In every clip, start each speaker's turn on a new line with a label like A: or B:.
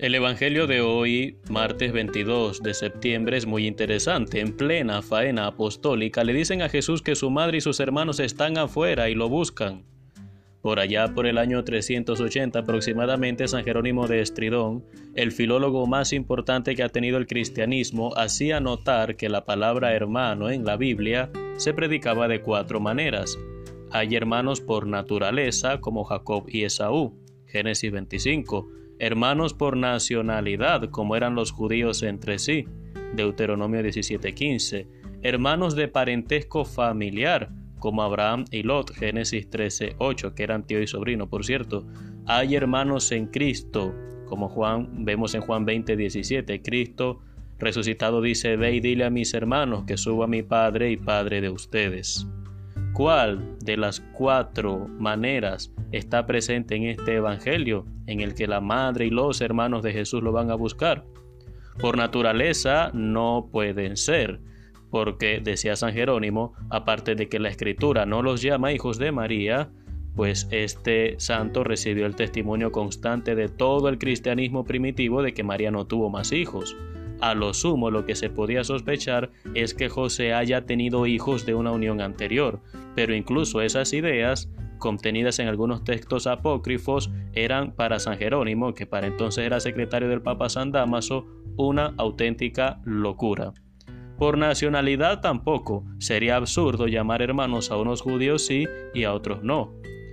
A: El Evangelio de hoy, martes 22 de septiembre, es muy interesante. En plena faena apostólica le dicen a Jesús que su madre y sus hermanos están afuera y lo buscan. Por allá por el año 380 aproximadamente, San Jerónimo de Estridón, el filólogo más importante que ha tenido el cristianismo, hacía notar que la palabra hermano en la Biblia se predicaba de 4 maneras. Hay hermanos por naturaleza, como Jacob y Esaú, Génesis 25. Hermanos por nacionalidad, como eran los judíos entre sí, Deuteronomio 17:15. Hermanos de parentesco familiar, como Abraham y Lot, Génesis 13:8, que eran tío y sobrino, por cierto. Hay hermanos en Cristo, como vemos en Juan 20:17. Cristo resucitado dice: ve y dile a mis hermanos que suba a mi Padre y Padre de ustedes. ¿Cuál de las 4 maneras está presente en este evangelio en el que la madre y los hermanos de Jesús lo van a buscar? Por naturaleza no pueden ser, porque decía San Jerónimo, aparte de que la Escritura no los llama hijos de María, pues este santo recibió el testimonio constante de todo el cristianismo primitivo de que María no tuvo más hijos. A lo sumo, lo que se podía sospechar es que José haya tenido hijos de una unión anterior, pero incluso esas ideas, contenidas en algunos textos apócrifos, eran para San Jerónimo, que para entonces era secretario del Papa San Dámaso, una auténtica locura. Por nacionalidad tampoco, sería absurdo llamar hermanos a unos judíos sí y a otros no.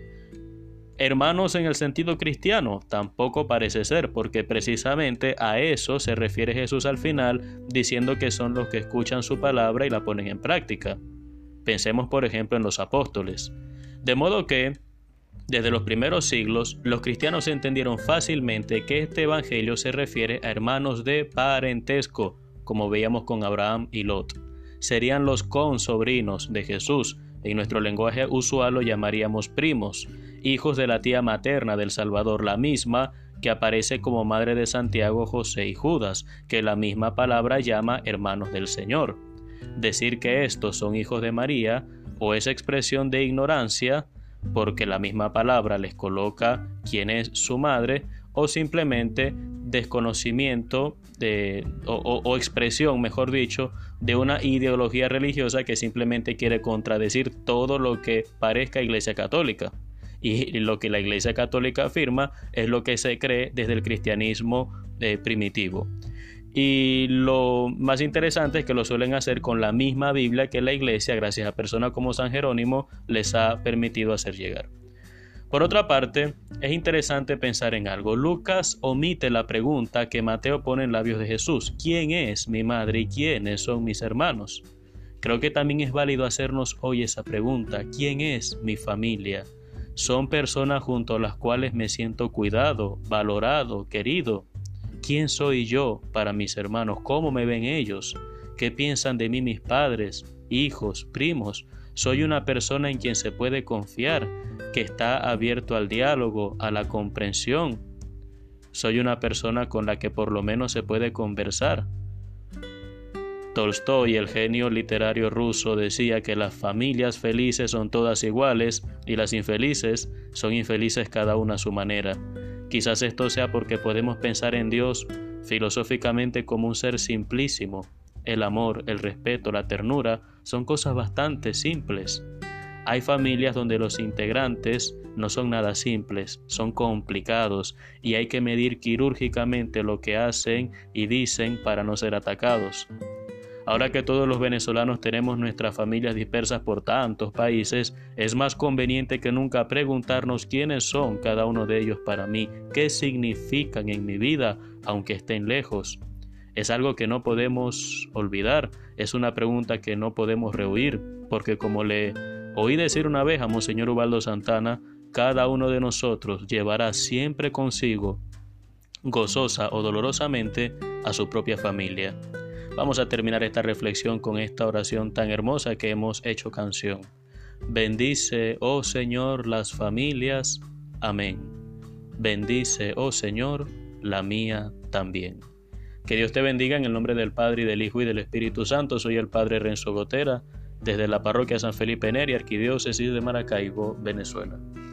A: Hermanos en el sentido cristiano tampoco parece ser, porque precisamente a eso se refiere Jesús al final, diciendo que son los que escuchan su palabra y la ponen en práctica. Pensemos por ejemplo en los apóstoles. De modo que, desde los primeros siglos, los cristianos entendieron fácilmente que este evangelio se refiere a hermanos de parentesco, como veíamos con Abraham y Lot. Serían los consobrinos de Jesús. En nuestro lenguaje usual lo llamaríamos primos, hijos de la tía materna del Salvador, la misma que aparece como madre de Santiago, José y Judas, que la misma palabra llama hermanos del Señor. Decir que estos son hijos de María o es expresión de ignorancia, porque la misma palabra les coloca quién es su madre, o simplemente desconocimiento o expresión, mejor dicho, de una ideología religiosa que simplemente quiere contradecir todo lo que parezca Iglesia Católica. Y lo que la Iglesia Católica afirma es lo que se cree desde el cristianismo primitivo. Y lo más interesante es que lo suelen hacer con la misma Biblia que la Iglesia, gracias a personas como San Jerónimo, les ha permitido hacer llegar. Por otra parte, es interesante pensar en algo. Lucas omite la pregunta que Mateo pone en labios de Jesús: ¿quién es mi madre y quiénes son mis hermanos? Creo que también es válido hacernos hoy esa pregunta: ¿quién es mi familia? ¿Son personas junto a las cuales me siento cuidado, valorado, querido? ¿Quién soy yo para mis hermanos? ¿Cómo me ven ellos? ¿Qué piensan de mí mis padres, hijos, primos? ¿Soy una persona en quien se puede confiar, que está abierto al diálogo, a la comprensión? ¿Soy una persona con la que por lo menos se puede conversar? Tolstói, el genio literario ruso, decía que las familias felices son todas iguales y las infelices son infelices cada una a su manera. Quizás esto sea porque podemos pensar en Dios filosóficamente como un ser simplísimo. El amor, el respeto, la ternura son cosas bastante simples. Hay familias donde los integrantes no son nada simples, son complicados y hay que medir quirúrgicamente lo que hacen y dicen para no ser atacados. Ahora que todos los venezolanos tenemos nuestras familias dispersas por tantos países, es más conveniente que nunca preguntarnos quiénes son cada uno de ellos para mí, qué significan en mi vida, aunque estén lejos. Es algo que no podemos olvidar, es una pregunta que no podemos rehuir, porque como le oí decir una vez a Monseñor Ubaldo Santana, cada uno de nosotros llevará siempre consigo, gozosa o dolorosamente, a su propia familia. Vamos a terminar esta reflexión con esta oración tan hermosa que hemos hecho canción. Bendice, oh Señor, las familias. Amén. Bendice, oh Señor, la mía también. Que Dios te bendiga en el nombre del Padre, y del Hijo, y del Espíritu Santo. Soy el Padre Renzo Gotera, desde la parroquia San Felipe Neri, Arquidiócesis de Maracaibo, Venezuela.